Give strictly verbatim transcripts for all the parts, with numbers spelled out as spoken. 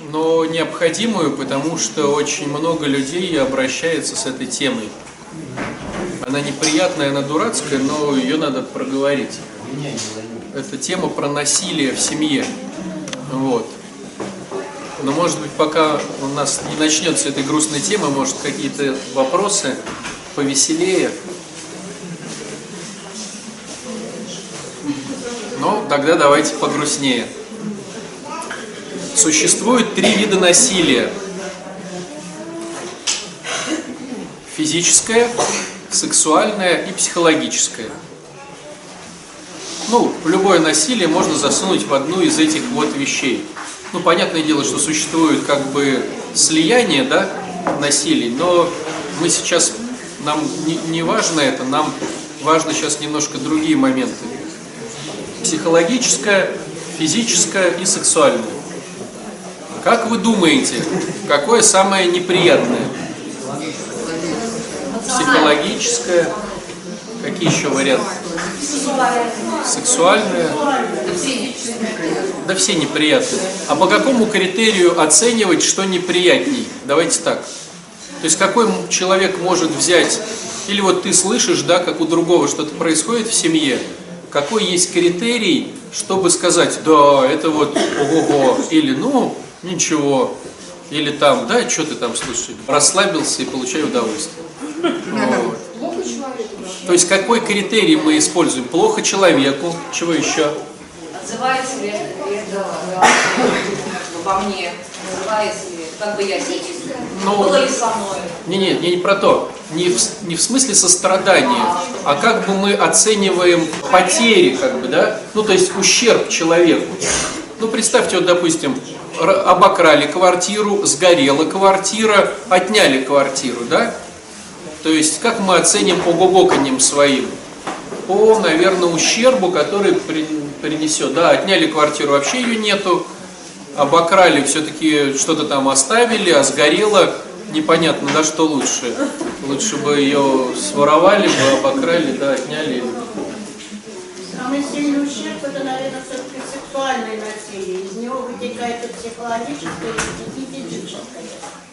но необходимую, потому что очень много людей обращается с этой темой. Она неприятная, она дурацкая, но ее надо проговорить. Это тема про насилие в семье. Вот. Но, может быть, пока у нас не начнется этой грустной темы, может, какие-то вопросы повеселее. Ну, тогда давайте погрустнее. Существует три вида насилия. Физическое, сексуальное и психологическое. Ну, любое насилие можно засунуть в одну из этих вот вещей. Ну, понятное дело, что существует как бы слияние, да, насилий, но мы сейчас, нам не, не важно это, нам важно сейчас немножко другие моменты. Психологическое, физическое и сексуальное. Как вы думаете, какое самое неприятное? Психологическое. Какие еще варианты? Сексуальное. Да все неприятные. А по какому критерию оценивать, что неприятней? Давайте так. То есть какой человек может взять, или вот ты слышишь, да, как у другого что-то происходит в семье, какой есть критерий, чтобы сказать, да, это вот ого-го, или ну, ничего, или там, да, что ты там слышишь, расслабился и получаю удовольствие. Вот. То есть какой критерий мы используем? Плохо человеку, чего еще? Отзывается ли это обо мне, называется ли, как бы я физическая, ну, было ли со мной? Не, не, не, не про то, не в, не в смысле сострадания, а как бы мы оцениваем потери, как бы, да, ну, то есть ущерб человеку. Ну, представьте, вот, допустим, обокрали квартиру, сгорела квартира, отняли квартиру, да? То есть, как мы оценим ого-гоканьем своим? По, наверное, ущербу, который при, принесет. Да, отняли квартиру, вообще ее нету. Обокрали, все-таки что-то там оставили, а сгорело, непонятно, да, что лучше. Лучше бы ее своровали, бы обокрали, да, отняли. Самый сильный ущерб, это, наверное, все-таки сексуальное насилие. Из него вытекает и психологическое, и физическое.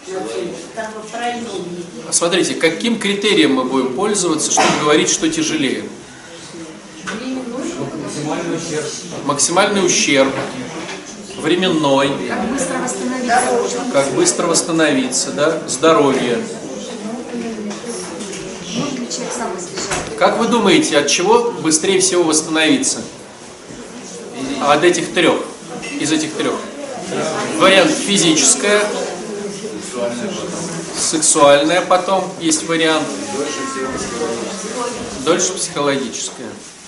Смотрите, каким критерием мы будем пользоваться, чтобы говорить, что тяжелее? Максимальный ущерб. Максимальный ущерб. Временной. Как быстро восстановиться. Как быстро восстановиться, да? Здоровье. Как вы думаете, от чего быстрее всего восстановиться? От этих трех. Из этих трех. Вариант физическое. Сексуальное потом есть вариант. Дольше психологическое.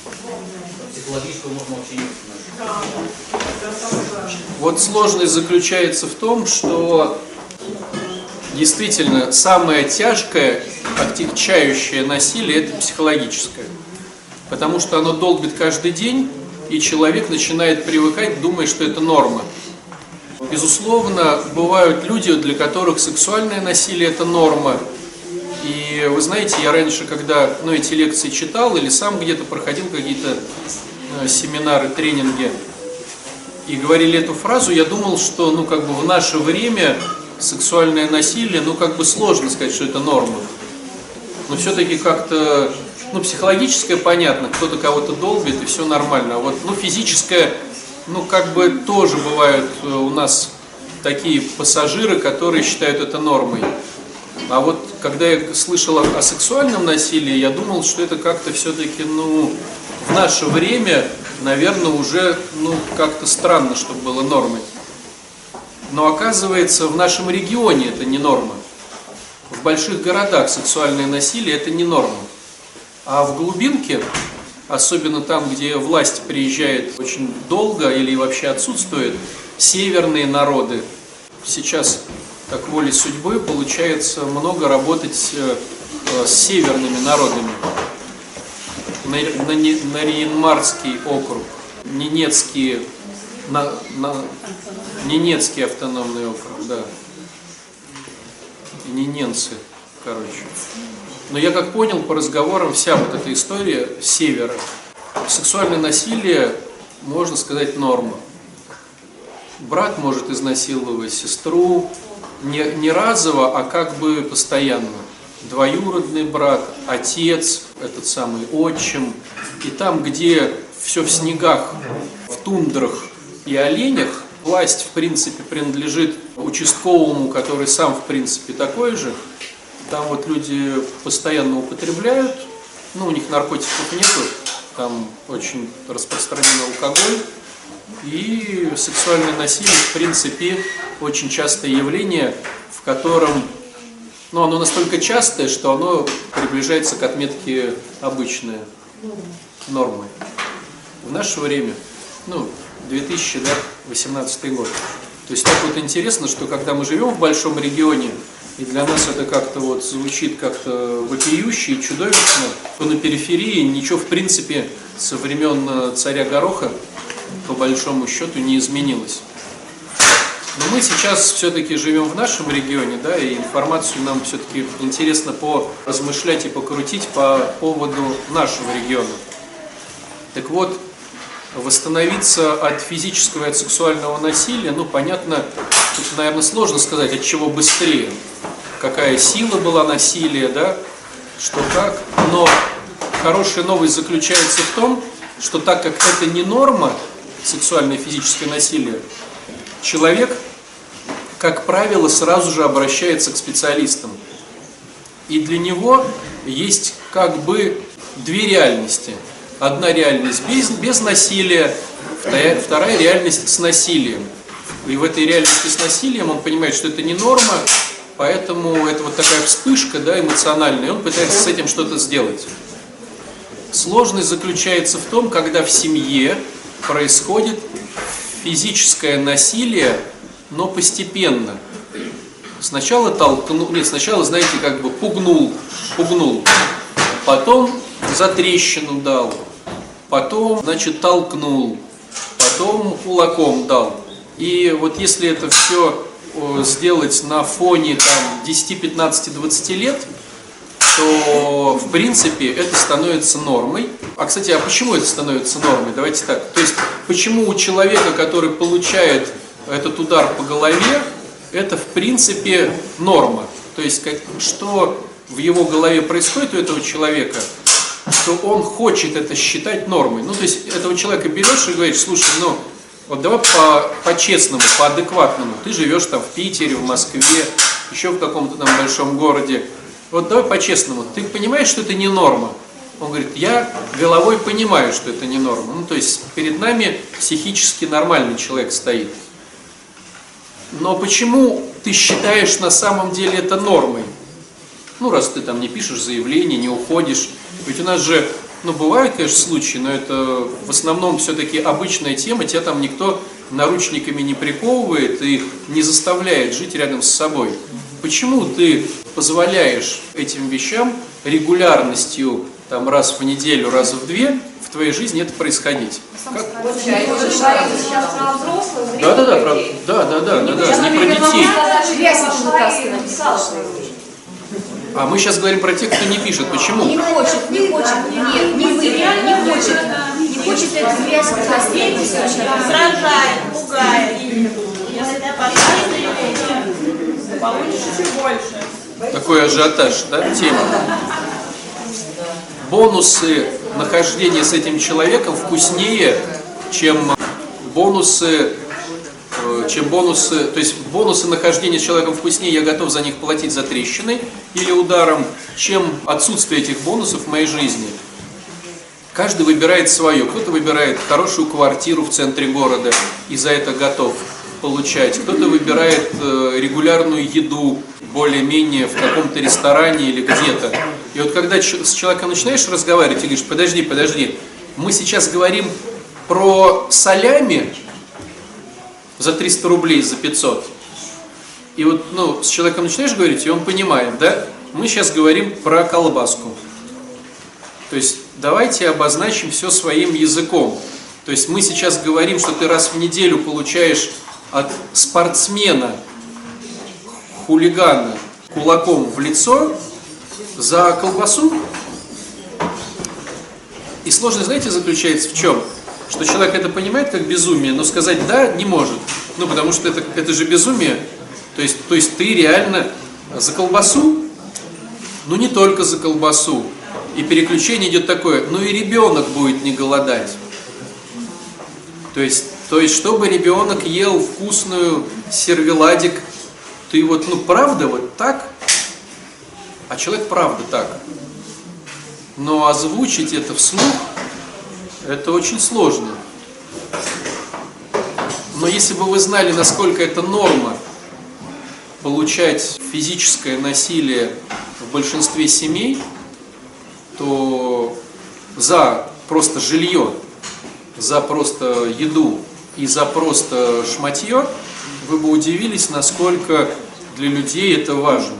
Вот сложность заключается в том, что действительно самое тяжкое, отягчающее насилие – это психологическое. Потому что оно долбит каждый день, и человек начинает привыкать, думая, что это норма. Безусловно, бывают люди, для которых сексуальное насилие – это норма. И вы знаете, я раньше, когда ну, эти лекции читал или сам где-то проходил какие-то э, семинары, тренинги, и говорили эту фразу, я думал, что ну, как бы в наше время сексуальное насилие, ну как бы сложно сказать, что это норма. Но все-таки как-то, ну психологическое понятно, кто-то кого-то долбит и все нормально. А вот ну, физическое... Ну, как бы тоже бывают у нас такие пассажиры, которые считают это нормой. А вот когда я слышал о, о сексуальном насилии, я думал, что это как-то все-таки, ну, в наше время, наверное, уже, ну, как-то странно, чтобы было нормой. Но оказывается, в нашем регионе это не норма. В больших городах сексуальное насилие это не норма. А в глубинке, особенно там, где власть приезжает очень долго или вообще отсутствует, северные народы. Сейчас, так волей судьбы, получается много работать с северными народами. Нарьян-Марский округ, Ненецкий, на, на, Ненецкий автономный округ, да. Нененцы, короче. Но я как понял по разговорам, вся вот эта история с севера. Сексуальное насилие, можно сказать, норма. брат может изнасиловать сестру не, не разово, а как бы постоянно. Двоюродный брат, отец, этот самый отчим. И там, где все в снегах, в тундрах и оленях, власть, в принципе, принадлежит участковому, который сам, в принципе, такой же. Там вот люди постоянно употребляют, ну, у них наркотиков нету, там очень распространен алкоголь. И сексуальное насилие, в принципе, очень частое явление, в котором, ну, оно настолько частое, что оно приближается к отметке обычной нормы. В наше время, ну, две тысячи восемнадцатый год. То есть так вот интересно, что когда мы живем в большом регионе, и для нас это как-то вот звучит как-то вопиюще и чудовищно, то на периферии ничего, в принципе, со времен царя Гороха, по большому счету, не изменилось. Но мы сейчас все-таки живем в нашем регионе, да, и информацию нам все-таки интересно поразмышлять и покрутить по поводу нашего региона. Так вот, восстановиться от физического и от сексуального насилия, ну, понятно, тут, наверное, сложно сказать, от чего быстрее, какая сила была насилия, да, что как, но хорошая новость заключается в том, что так как это не норма, сексуальное и физическое насилие, человек, как правило, сразу же обращается к специалистам. И для него есть как бы две реальности. Одна реальность без, без насилия, вторая, вторая реальность с насилием. И в этой реальности с насилием он понимает, что это не норма, поэтому это вот такая вспышка, да, эмоциональная, и он пытается с этим что-то сделать. Сложность заключается в том, когда в семье происходит физическое насилие, но постепенно. Сначала толкнул, нет, сначала, знаете, как бы пугнул, пугнул, потом затрещину дал, потом, значит, толкнул, потом кулаком дал. И вот если это все сделать на фоне там десяти, пятнадцати, двадцати лет, то, в принципе, это становится нормой. А, кстати, а почему это становится нормой? Давайте так. То есть, почему у человека, который получает этот удар по голове, это, в принципе, норма? То есть, как, что в его голове происходит у этого человека, что он хочет это считать нормой. Ну, то есть, этого человека берешь и говоришь: слушай, ну, вот давай по, по-честному, по-адекватному. Ты живешь там в Питере, в Москве, еще в каком-то там большом городе. Вот давай по-честному, ты понимаешь, что это не норма? Он говорит: я головой понимаю, что это не норма. Ну, то есть перед нами психически нормальный человек стоит. Но почему ты считаешь на самом деле это нормой? Ну, раз ты там не пишешь заявление, не уходишь. Ведь у нас же, ну, бывают, конечно, случаи, но это в основном все-таки обычная тема. Тебя там никто наручниками не приковывает и не заставляет жить рядом с собой. Почему ты позволяешь этим вещам регулярностью, там, раз в неделю, раз в две, в твоей жизни это происходить? Как? Да, да, да, про... да, да, да, да, да, не про детей. А мы сейчас говорим про тех, кто не пишет. Почему? Не хочет, не хочет, нет, не выиграет, не хочет, не хочет эту грязь выкладывать. Раздражает, пугает. Если ты поставишь, получишь еще больше. Такой ажиотаж, да, тема. Бонусы нахождения с этим человеком вкуснее, чем бонусы, чем бонусы, то есть бонусы нахождения с человеком вкуснее, я готов за них платить за трещины или ударом, чем отсутствие этих бонусов в моей жизни. Каждый выбирает свое. Кто-то выбирает хорошую квартиру в центре города и за это готов получать. Кто-то выбирает регулярную еду, более-менее в каком-то ресторане или где-то. И вот когда с человеком начинаешь разговаривать и говоришь: подожди, подожди, мы сейчас говорим про салями за триста рублей, за пятьсот. И вот, ну, с человеком начинаешь говорить, и он понимает, да? Мы сейчас говорим про колбаску. То есть давайте обозначим все своим языком. То есть мы сейчас говорим, что ты раз в неделю получаешь от спортсмена, хулигана, кулаком в лицо за колбасу. И сложность, знаете, заключается в чем? Что человек это понимает как безумие, но сказать «да» не может. Ну, потому что это, это же безумие. То есть, то есть ты реально за колбасу, ну не только за колбасу. И переключение идет такое, ну и ребенок будет не голодать. То есть, то есть чтобы ребенок ел вкусную сервеладик, ты вот, ну правда вот так, а человек правда так. Но озвучить это вслух, это очень сложно. Но если бы вы знали, насколько это норма, получать физическое насилие в большинстве семей, то за просто жилье, за просто еду и за просто шматье вы бы удивились, насколько для людей это важно.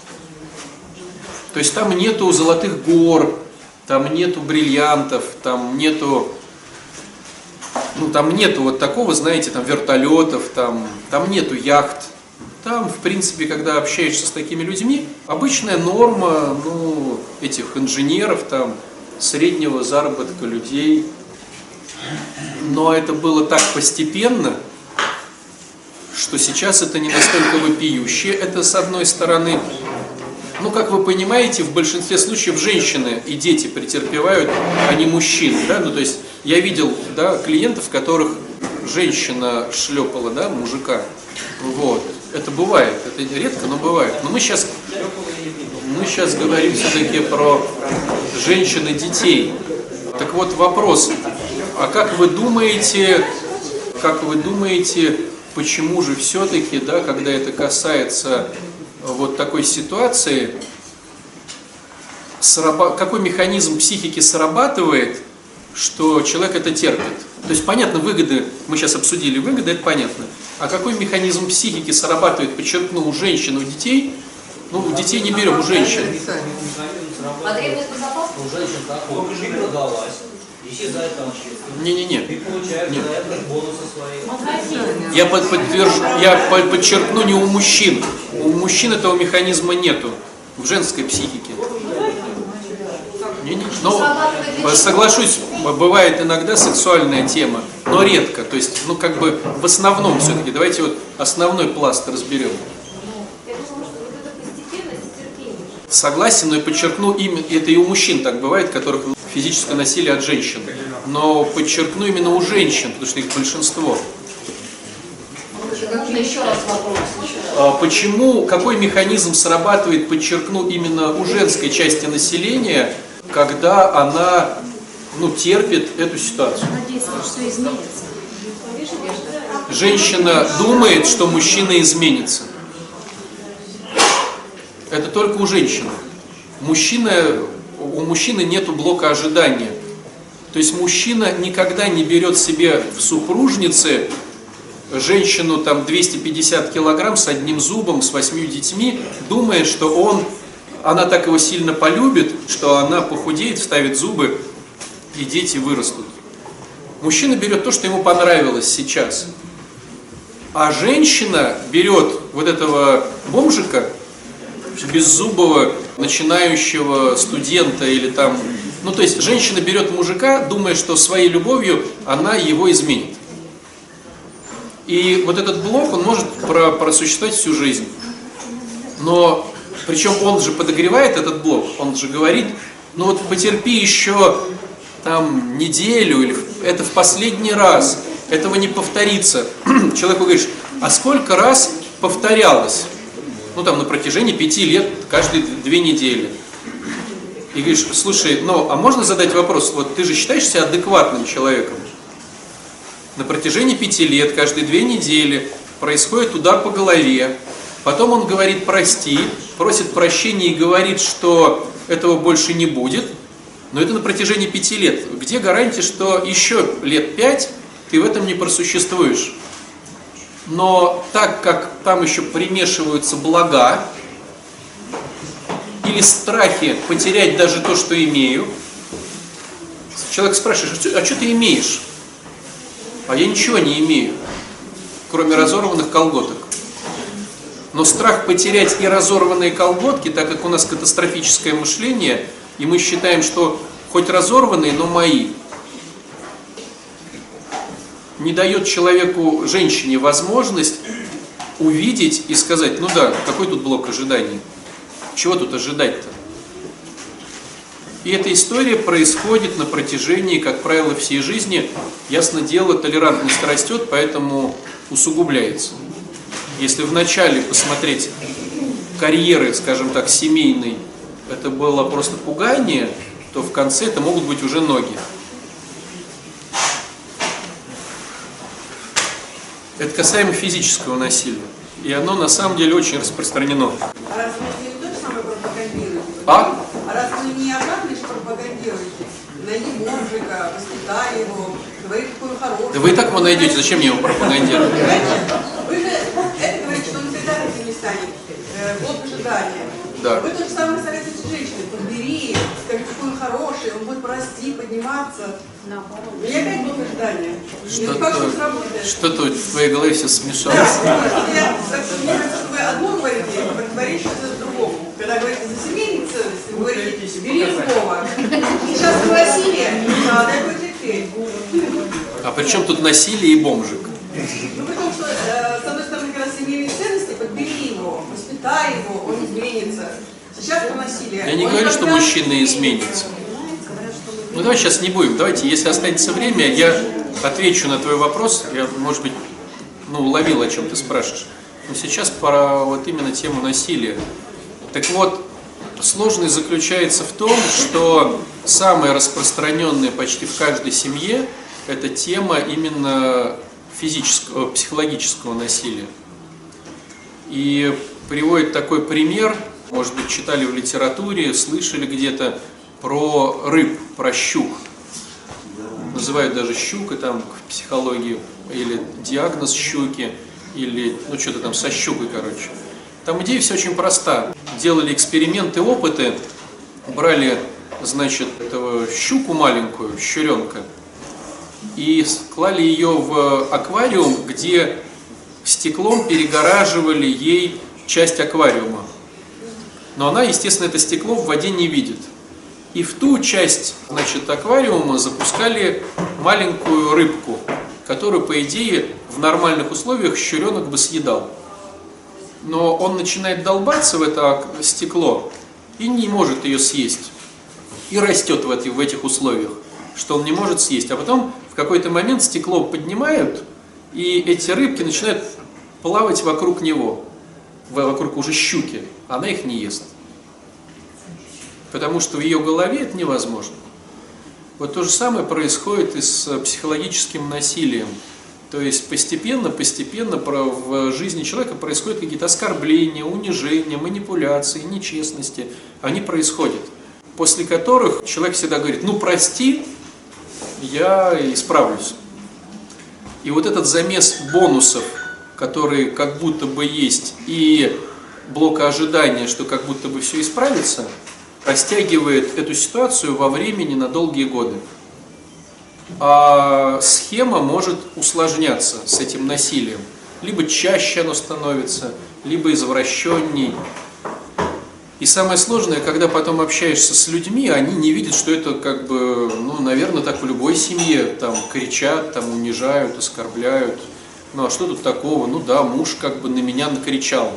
То есть там нету золотых гор, там нету бриллиантов, там нету, ну там нету вот такого, знаете, там вертолетов, там, там нету яхт. Там, в принципе, когда общаешься с такими людьми, обычная норма, ну, этих инженеров, там, среднего заработка людей. Но это было так постепенно, что сейчас это не настолько вопиюще. Это, с одной стороны, ну, как вы понимаете, в большинстве случаев женщины и дети претерпевают, а не мужчины, да, ну, то есть я видел, да, клиентов, которых женщина шлепала, да, мужика, вот. Это бывает, это редко, но бывает. Но мы сейчас, мы сейчас говорим все-таки про женщин и детей. Так вот вопрос, а как вы думаете, как вы думаете, почему же все-таки, да, когда это касается вот такой ситуации, сраба- какой механизм психики срабатывает, что человек это терпит? То есть понятно, выгоды, мы сейчас обсудили выгоды, это понятно. А какой механизм психики срабатывает, подчеркну, у женщин, у детей? Ну, у детей не берем, у женщин. Потребность безопасности? У женщин такой, ты продалась, исчезает там. Не-не-не. Ты получаешь за это бонусы свои. Я, под, подтвержу, я под, подчеркну, не у мужчин. У мужчин этого механизма нету в женской психике. Не, не. Но, соглашусь, бывает иногда сексуальная тема, но редко. То есть, ну как бы в основном все-таки. Давайте вот основной пласт разберем. Согласен, но и подчеркну, именно, это и у мужчин так бывает, которых физическое насилие от женщин. Но подчеркну именно у женщин, потому что их большинство. Можно еще раз вопрос? А почему, какой механизм срабатывает, подчеркну, именно у женской части населения, когда она, ну, терпит эту ситуацию? Надеюсь, что изменится. Женщина думает, что мужчина изменится. Это только у женщины. Мужчина, у мужчины нету блока ожидания. То есть мужчина никогда не берет себе в супружнице женщину там двести пятьдесят килограмм с одним зубом, с восьмью детьми, думая, что он, она так его сильно полюбит, что она похудеет, вставит зубы, и дети вырастут. Мужчина берет то, что ему понравилось сейчас. А женщина берет вот этого бомжика, беззубого, начинающего студента или там... Ну, то есть женщина берет мужика, думая, что своей любовью она его изменит. И вот этот блок, он может про- просуществовать всю жизнь. Но, причем он же подогревает этот блок, он же говорит, ну вот потерпи еще там неделю, или это в последний раз, этого не повторится. Человеку говоришь, а сколько раз повторялось? Ну там на протяжении пяти лет, каждые две недели. И говоришь, слушай, ну а можно задать вопрос, вот ты же считаешь себя адекватным человеком? На протяжении пяти лет, каждые две недели происходит удар по голове. Потом он говорит прости, просит прощения и говорит, что этого больше не будет. Но это на протяжении пяти лет. Где гарантия, что еще лет пять ты в этом не просуществуешь? Но так как там еще примешиваются блага или страхи потерять даже то, что имею, человек спрашивает, а что ты имеешь? А я ничего не имею, кроме разорванных колготок. Но страх потерять и разорванные колготки, так как у нас катастрофическое мышление, и мы считаем, что хоть разорванные, но мои. не дает человеку, женщине, возможность увидеть и сказать, ну да, какой тут блок ожиданий, чего тут ожидать-то? И эта история происходит на протяжении, как правило, всей жизни. Ясно дело, толерантность растет, поэтому усугубляется. Если вначале посмотреть карьеры, скажем так, семейной, это было просто пугание, то в конце это могут быть уже ноги. Это касаемо физического насилия. И оно на самом деле очень распространено. А раз вы не то же самое пропагандируете? А? А раз вы не обратно лишь пропагандируете, найди мужика, воспитай его, говори, какой он хороший. Да вы и так его найдете, зачем мне его пропагандировать? Вы же это говорите, что он никогда таким не станет. Вот ожидание. Да. Вы то же самое советуете женщине. Подбери, скажи, какой он хороший, он будет расти, подниматься. У меня опять было ожидание. Что-то, что-то в твоей голове все смешалось. Да, я, мне кажется, что вы одно говорите, а противоречите другому. Когда говорите за семейные ценности, вы говорите, бери любого. Сейчас насилие, а дай потерпеть. А при чем тут насилие и бомжик? Ну, потому что, э, с одной стороны, как раз семейные ценности, подбери его, воспитай его, он изменится. Сейчас про насилие. Я не говорю, что мужчина изменится. Ну давай сейчас не будем. Давайте, если останется время, я отвечу на твой вопрос. Я, может быть, ну, уловил, о чем ты спрашиваешь. Но сейчас про вот именно тему насилия. Так вот, сложность заключается в том, что самая распространенная почти в каждой семье это тема именно физического, психологического насилия. И приводит такой пример, может быть, читали в литературе, слышали где-то про рыб, про щук. Называют даже щукой там в психологии, или диагноз щуки, или ну что-то там со щукой, короче. Там идея все очень проста. Делали эксперименты, опыты, брали, значит, этого щуку маленькую, щуренка, и клали ее в аквариум, где стеклом перегораживали ей часть аквариума. Но она, естественно, это стекло в воде не видит. И в ту часть, значит, аквариума запускали маленькую рыбку, которую, по идее, в нормальных условиях щуренок бы съедал. Но он начинает долбаться в это стекло и не может ее съесть. И растет в этих, в этих условиях, что он не может съесть. А потом в какой-то момент стекло поднимают, и эти рыбки начинают плавать вокруг него, вокруг уже щуки. Она их не ест. Потому что в ее голове это невозможно. Вот то же самое происходит и с психологическим насилием. То есть постепенно, постепенно в жизни человека происходят какие-то оскорбления, унижения, манипуляции, нечестности. Они происходят. После которых человек всегда говорит, ну прости, я исправлюсь. И вот этот замес бонусов, которые как будто бы есть, и блока ожидания, что как будто бы все исправится, растягивает эту ситуацию во времени на долгие годы. А схема может усложняться с этим насилием. Либо чаще оно становится, либо извращенней. И самое сложное, когда потом общаешься с людьми, они не видят, что это как бы, ну, наверное, так в любой семье. Там кричат, там унижают, оскорбляют. Ну, а что тут такого? Ну да, муж как бы на меня накричал.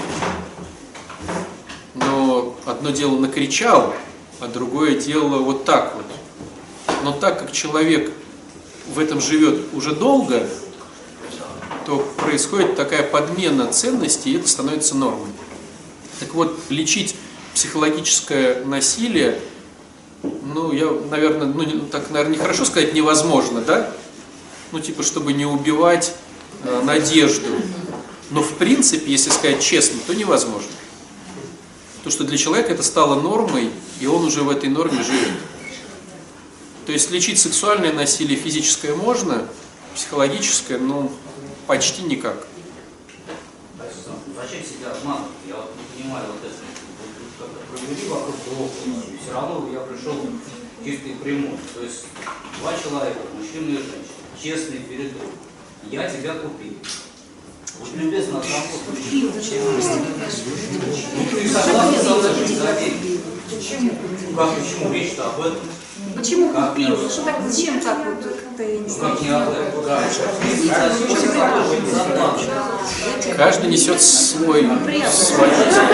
Но одно дело накричал, а другое дело вот так вот. Но так как человек в этом живет уже долго, то происходит такая подмена ценностей, и это становится нормой. Так вот, лечить психологическое насилие, ну, я, наверное, ну, так, наверное, нехорошо сказать невозможно, да? Ну, типа, чтобы не убивать э, надежду. Но, в принципе, если сказать честно, то невозможно. Потому что для человека это стало нормой, и он уже в этой норме живет. То есть лечить сексуальное насилие физическое можно, психологическое, ну, почти никак. Зачем себя обманывать? Я вот не понимаю вот это. Как-то провели вокруг да около, и все равно я пришел чистый прямой. То есть два человека, мужчина и женщина, честные перед другом. Я тебя купил. Вот любезно отработал. Ты согласен со мной жить за деньги. Почему? Как почему? Речь-то об этом. Почему Как купил? не- Что так, зачем так вот, как-то, я не знаю. Как не отдать? Да. Каждый несет свой, свой.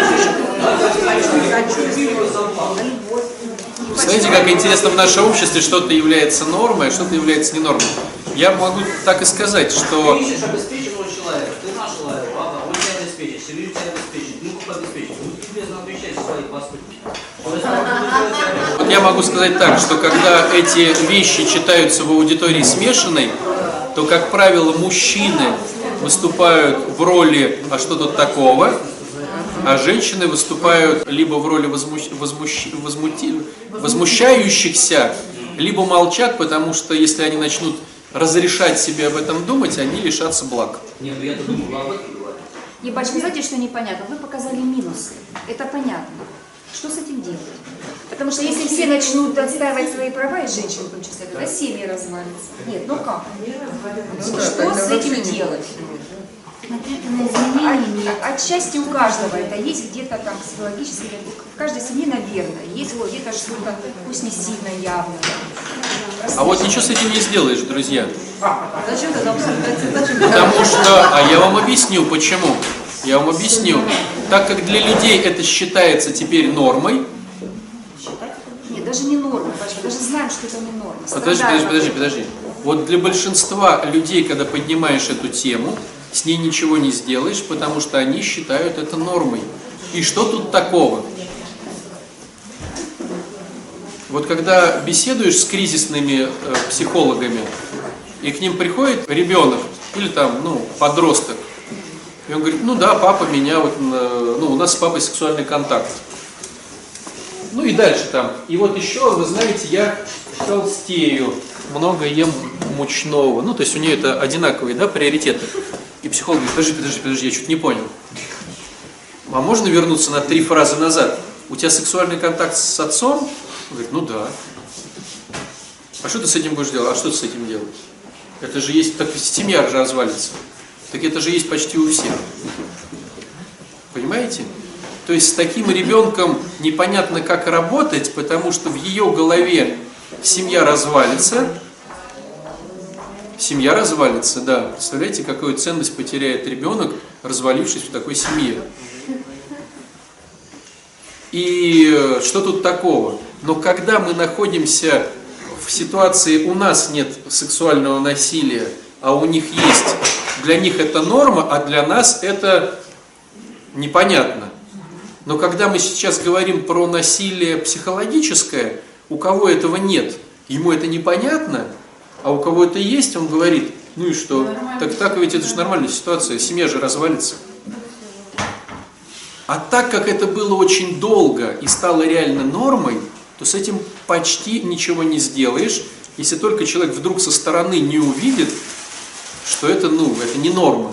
Смотрите, как интересно, в нашем обществе что-то является нормой, а что-то является не нормой. Я могу так и сказать, что... Ты ищешь обеспеченного человека, ты нашел его, ага, он тебя обеспечит, семью тебя обеспечит, ну-ка обеспечит, ну ты бездна отвечаешь свои поступки. Вот я могу сказать так, что когда эти вещи читаются в аудитории смешанной, то, как правило, мужчины выступают в роли «а что тут такого?», а женщины выступают либо в роли возмущ... Возмущ... Возмути... возмущающихся, либо молчат, потому что если они начнут разрешать себе об этом думать, они лишатся благ. Нет, ну я-то думал, об этом говорю. Ебач, вы знаете, что непонятно? Вы показали минусы. Это понятно. Что с этим делать? Потому что если все начнут отстаивать свои права, и женщины в том числе, тогда семьи развалятся. Нет, ну как? Что с этим делать? Отчасти у каждого это есть где-то там психологически, в каждой семье, наверное, есть где-то что-то, пусть не сильно явно. А вот ничего с этим не сделаешь, друзья. Зачем тогда обсуждать? Потому что, а я вам объясню, почему. Я вам объясню. Так как для людей это считается теперь нормой. Нет, даже не норма, мы даже знаем, что это не норма. Подожди, подожди, подожди, подожди. Вот для большинства людей, когда поднимаешь эту тему, с ней ничего не сделаешь, потому что они считают это нормой. И что тут такого? Вот когда беседуешь с кризисными э, психологами, и к ним приходит ребенок, или там, ну, подросток, и он говорит, ну да, папа меня, вот, э, ну, у нас с папой сексуальный контакт. Ну и дальше там. И вот еще, вы знаете, я толстею, много ем мучного. Ну, то есть у нее это одинаковые, да, приоритеты. И психолог говорит, подожди, подожди, подожди, я что-то не понял. А можно вернуться на три фразы назад? У тебя сексуальный контакт с отцом? Он говорит, ну да. А что ты с этим будешь делать? А что ты с этим делать? Это же есть, так семья же развалится. Так это же есть почти у всех. Понимаете? То есть с таким ребенком непонятно, как работать, потому что в ее голове семья развалится. Семья развалится, да. Представляете, какую ценность потеряет ребенок, развалившись в такой семье. И что тут такого? Но когда мы находимся в ситуации, у нас нет сексуального насилия, а у них есть, для них это норма, а для нас это непонятно. Но когда мы сейчас говорим про насилие психологическое, у кого этого нет, ему это непонятно, а у кого это есть, он говорит, ну и что? Так так ведь это же нормальная ситуация, семья же развалится. А так как это было очень долго и стало реально нормой, то с этим почти ничего не сделаешь, если только человек вдруг со стороны не увидит, что это, ну, это не норма.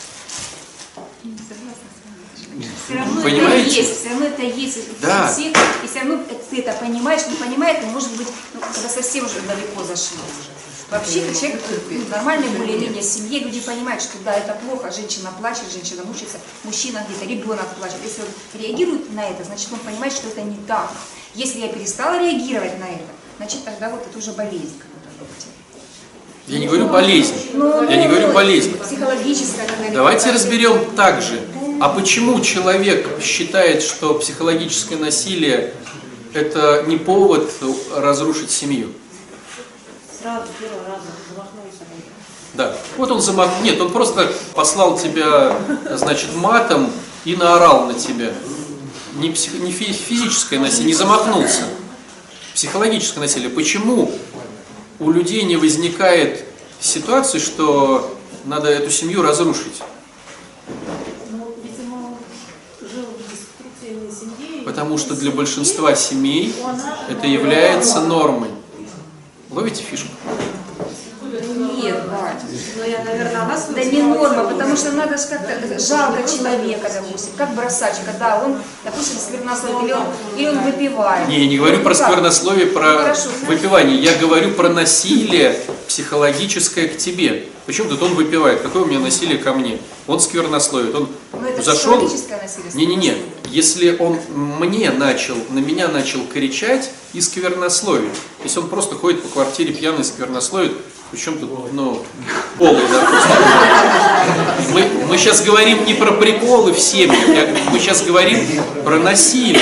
Все равно Понимаете? это есть, все равно это есть у Да. всех, и все равно ты это понимаешь, не понимает, но может быть, ну, когда совсем уже далеко зашли уже. Вообще, человек ну, в нормальной более-менее семье, люди понимают, что да, это плохо, женщина плачет, женщина мучается, мужчина где-то, ребенок плачет. Если он реагирует на это, значит, он понимает, что это не так. Если я перестала реагировать на это, значит, тогда вот это уже болезнь. Я не говорю болезнь. Ну, Я не говорю болезнь. Психологическая. Наверное, Давайте разберем так же. А почему человек считает, что психологическое насилие это не повод разрушить семью? Сразу первый раз замахнулся. Да. Вот он замах... Нет, он просто послал тебя, значит, матом и наорал на тебя. Не, псих... не фи... физическое насилие, не замахнулся. Психологическое насилие. Почему у людей не возникает ситуации, что надо эту семью разрушить? Ну, видимо, жил в деструктивной семье. Потому что для большинства семей это является нормой. Ловите фишку? Нет, Вадь. Но я, наверное, она Да не норма, потому что надо же как-то жалко человека, допустим, как бросать, когда он, допустим, сквернословие, или он, или он выпивает. Не, я не говорю Ну, про как? сквернословие, про Ну, хорошо, выпивание. Я говорю про насилие психологическое к тебе. Причем тут он выпивает? Какое у меня насилие ко мне? Он сквернословит, он Но это зашел... психологическое насилие. Не-не-не, если он мне начал, на меня начал кричать и сквернословить, если он просто ходит по квартире пьяный сквернословит, причем тут, ну, полный, да, мы, мы сейчас говорим не про приколы в семьях, я- мы сейчас говорим про насилие.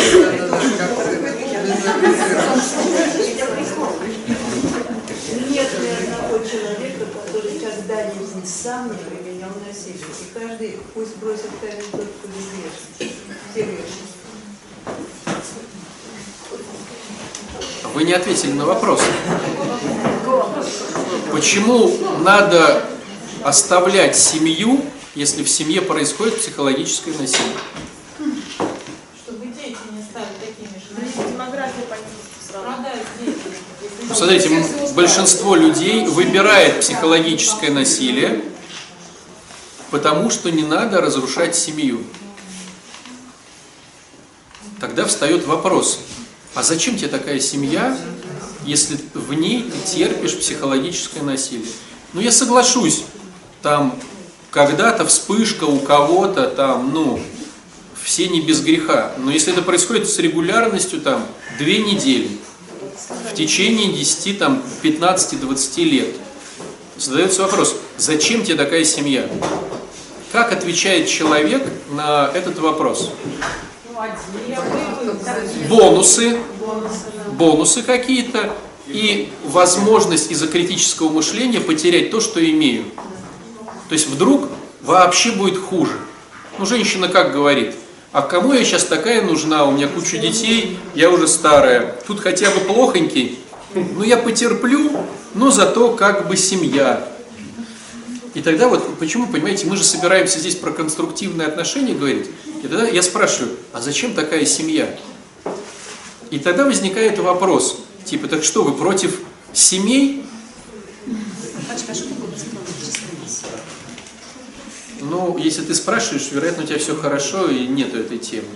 Нет ни одного человека, который когда не сам не применял насилие. И каждый пусть бросит камень тот, кто безгрешен. Все грешны. Вы не ответили на вопрос. Почему надо оставлять семью, если в семье происходит психологическое насилие? Чтобы дети не стали такими же. Демография страдают дети. Ну, смотрите, м- большинство людей выбирает психологическое насилие, потому что не надо разрушать семью. Тогда встает вопрос, а зачем тебе такая семья, если в ней ты терпишь психологическое насилие? Ну, я соглашусь, там когда-то вспышка у кого-то, там, ну, все не без греха. Но если это происходит с регулярностью, там, две недели, в течение десяти, там, пятнадцати-двадцати лет, задается вопрос, зачем тебе такая семья? Как отвечает человек на этот вопрос? Бонусы, бонусы какие-то и возможность из-за критического мышления потерять то, что имею. То есть вдруг вообще будет хуже. Ну, женщина как говорит, а кому я сейчас такая нужна, у меня куча детей, я уже старая, тут хотя бы плохонький, ну я потерплю, но зато как бы семья. И тогда вот, почему, понимаете, мы же собираемся здесь про конструктивные отношения говорить, и тогда я спрашиваю, а зачем такая семья? И тогда возникает вопрос, типа, так что, вы против семей? Пачка, а что такое психологическое насилие? Ну, если ты спрашиваешь, вероятно, у тебя все хорошо и нету этой темы.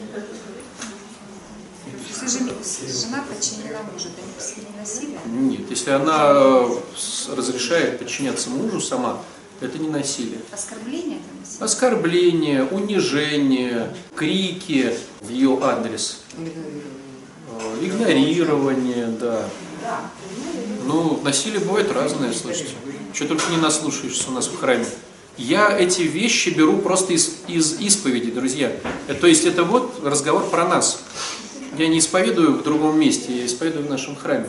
Если жена, жена подчинена мужу, это не насилие? Нет, если она э, с- разрешает подчиняться мужу сама, это не насилие. Оскорбление это насилие? Оскорбление, унижение, крики в ее адрес, э, игнорирование, да. Ну, насилие бывает разное, слышите. Что только не наслушаешься у нас в храме. Я эти вещи беру просто из, из исповеди, друзья. Э, То есть это вот разговор про нас. Я не исповедую в другом месте, я исповедую в нашем храме.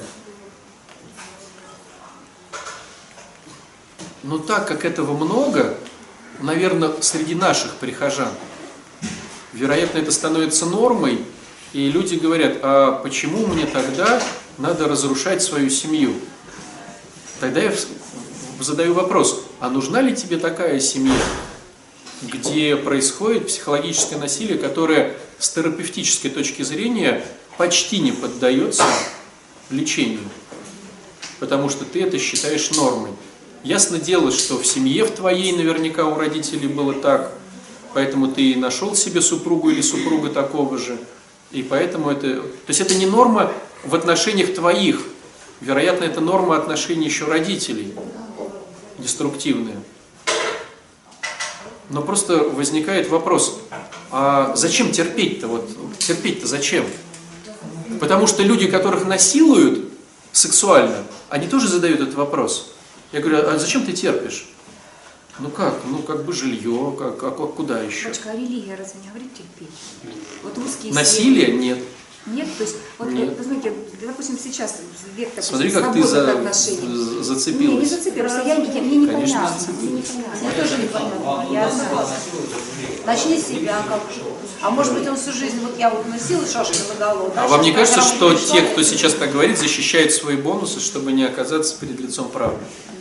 Но так как этого много, наверное, среди наших прихожан, вероятно, это становится нормой, и люди говорят, а почему мне тогда надо разрушать свою семью? Тогда я вс- задаю вопрос, а нужна ли тебе такая семья, где происходит психологическое насилие, которое с терапевтической точки зрения почти не поддается лечению, потому что ты это считаешь нормой. Ясно дело, что в семье в твоей наверняка у родителей было так, поэтому ты и нашел себе супругу или супруга такого же, и поэтому это... То есть это не норма в отношениях твоих, вероятно, это норма отношений еще родителей, деструктивная. Но просто возникает вопрос, а зачем терпеть-то? Вот, терпеть-то зачем? Потому что люди, которых насилуют сексуально, они тоже задают этот вопрос. Я говорю, а зачем ты терпишь? Ну как? Ну как бы жилье, как, а куда еще? Дочка, а религия разве не говорит терпеть? Вот русские Насилие? семьи- Нет. Нет, то есть, вот, Нет. вы знаете, допустим, сейчас век такой Смотри, как ты свободных за, отношений. Не, не зацепилась. зацепилась, я, я, мне не Конечно, понятно. зацепилась. Мне не понятно. Я тоже не поняла. Я согласна. Начни с себя как. А может быть он всю жизнь, вот я вот носила шашку наголо. А вам не кажется, что те, кто сейчас так говорит, защищают свои бонусы, чтобы не оказаться перед лицом правды?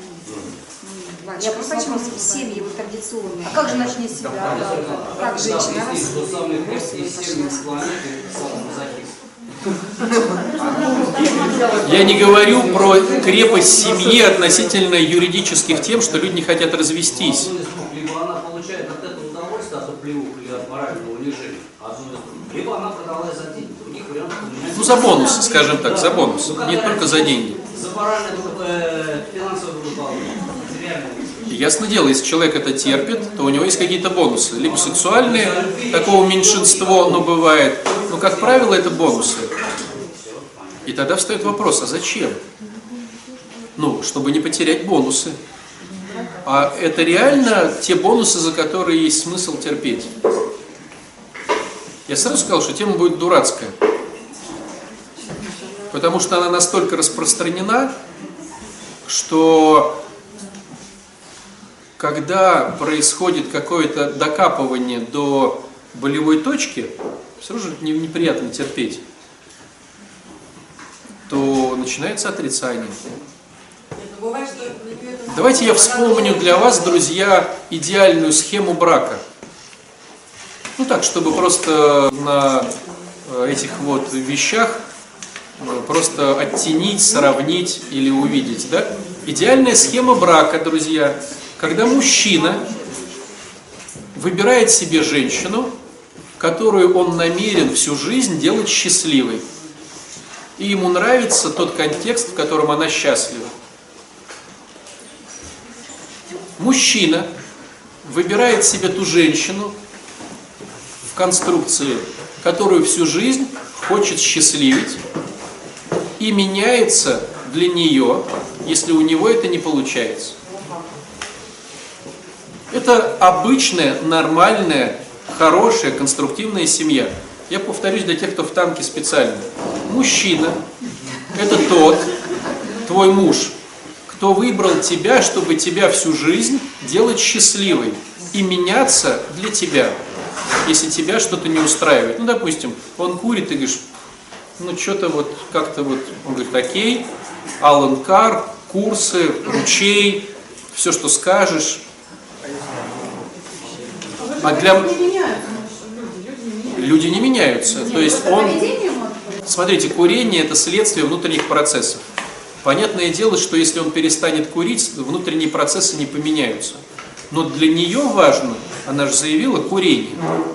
Я просто почему семьи вот традиционные. А как же начни с себя? Как женщина? Есть тот самый курс из северной планеты, самый мазохист. Я не говорю про крепость семьи относительно юридических тем, что люди не хотят развестись. Либо она получает от этого удовольствие, от оплеух или от морального унижения, либо она продалась за деньги. Других вариантов у меня. Ну, за бонусы, скажем так, за бонусы, не только за деньги. За моральное финансовое благополучие. Ясно дело, если человек это терпит, то у него есть какие-то бонусы. Либо сексуальные, такого меньшинство, но бывает. Но, как правило, это бонусы. И тогда встает вопрос, а зачем? Ну, чтобы не потерять бонусы. А это реально те бонусы, за которые есть смысл терпеть. Я сразу сказал, что тема будет дурацкая. Потому что она настолько распространена, что когда происходит какое-то докапывание до болевой точки, все равно неприятно терпеть, то начинается отрицание. Давайте я вспомню для вас, друзья, идеальную схему брака. Ну так, чтобы просто на этих вот вещах просто оттенить, сравнить или увидеть, да? Идеальная схема брака, друзья, когда мужчина выбирает себе женщину, которую он намерен всю жизнь делать счастливой. И ему нравится тот контекст, в котором она счастлива. Мужчина выбирает себе ту женщину в конструкции, которую всю жизнь хочет счастливить, и меняется для нее, если у него это не получается. Это обычная, нормальная, хорошая, конструктивная семья. Я повторюсь для тех, кто в танке специально. Мужчина – это тот, твой муж, кто выбрал тебя, чтобы тебя всю жизнь делать счастливой и меняться для тебя, если тебя что-то не устраивает. Ну, допустим, он курит, и говоришь, ну, что-то вот как-то вот, он говорит, окей, Алан Карр, курсы, ручей, все, что скажешь. А для... Люди не меняются. То есть он... Смотрите, курение – это следствие внутренних процессов. Понятное дело, что если он перестанет курить, внутренние процессы не поменяются. Но для нее важно, она же заявила, курение.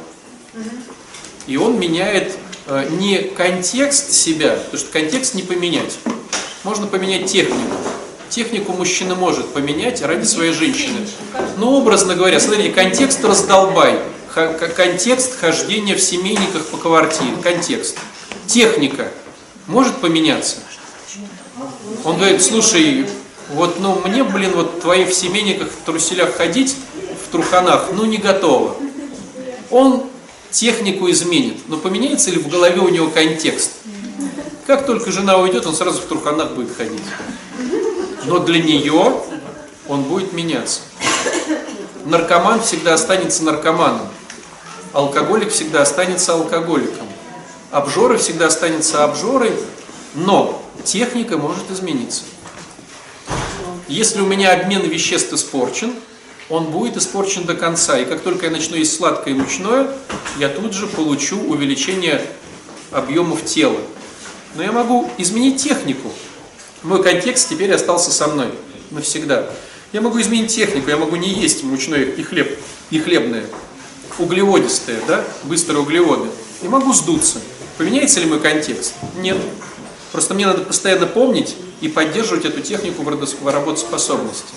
И он меняет э, не контекст себя, потому что контекст не поменять. Можно поменять технику. Технику мужчина может поменять ради своей женщины. Но образно говоря, смотрите, контекст раздолбай. Х- контекст хождения в семейниках по квартире. Контекст. Техника может поменяться. Он говорит, слушай, вот ну мне, блин, вот твои в семейниках в труселях ходить, в труханах, ну не готово. Он технику изменит, но поменяется ли в голове у него контекст? Как только жена уйдет, он сразу в труханах будет ходить. Но для нее он будет меняться. Наркоман всегда останется наркоманом. Алкоголик всегда останется алкоголиком. Обжора всегда останется обжорой, но техника может измениться. Если у меня обмен веществ испорчен, он будет испорчен до конца. И как только я начну есть сладкое и мучное, я тут же получу увеличение объемов тела. Но я могу изменить технику. Мой контекст теперь остался со мной навсегда. Я могу изменить технику, я могу не есть мучное и, хлеб, и хлебное, углеводистое, да, быстрые углеводы. И могу сдуться. Поменяется ли мой контекст? Нет. Просто мне надо постоянно помнить и поддерживать эту технику в работоспособности.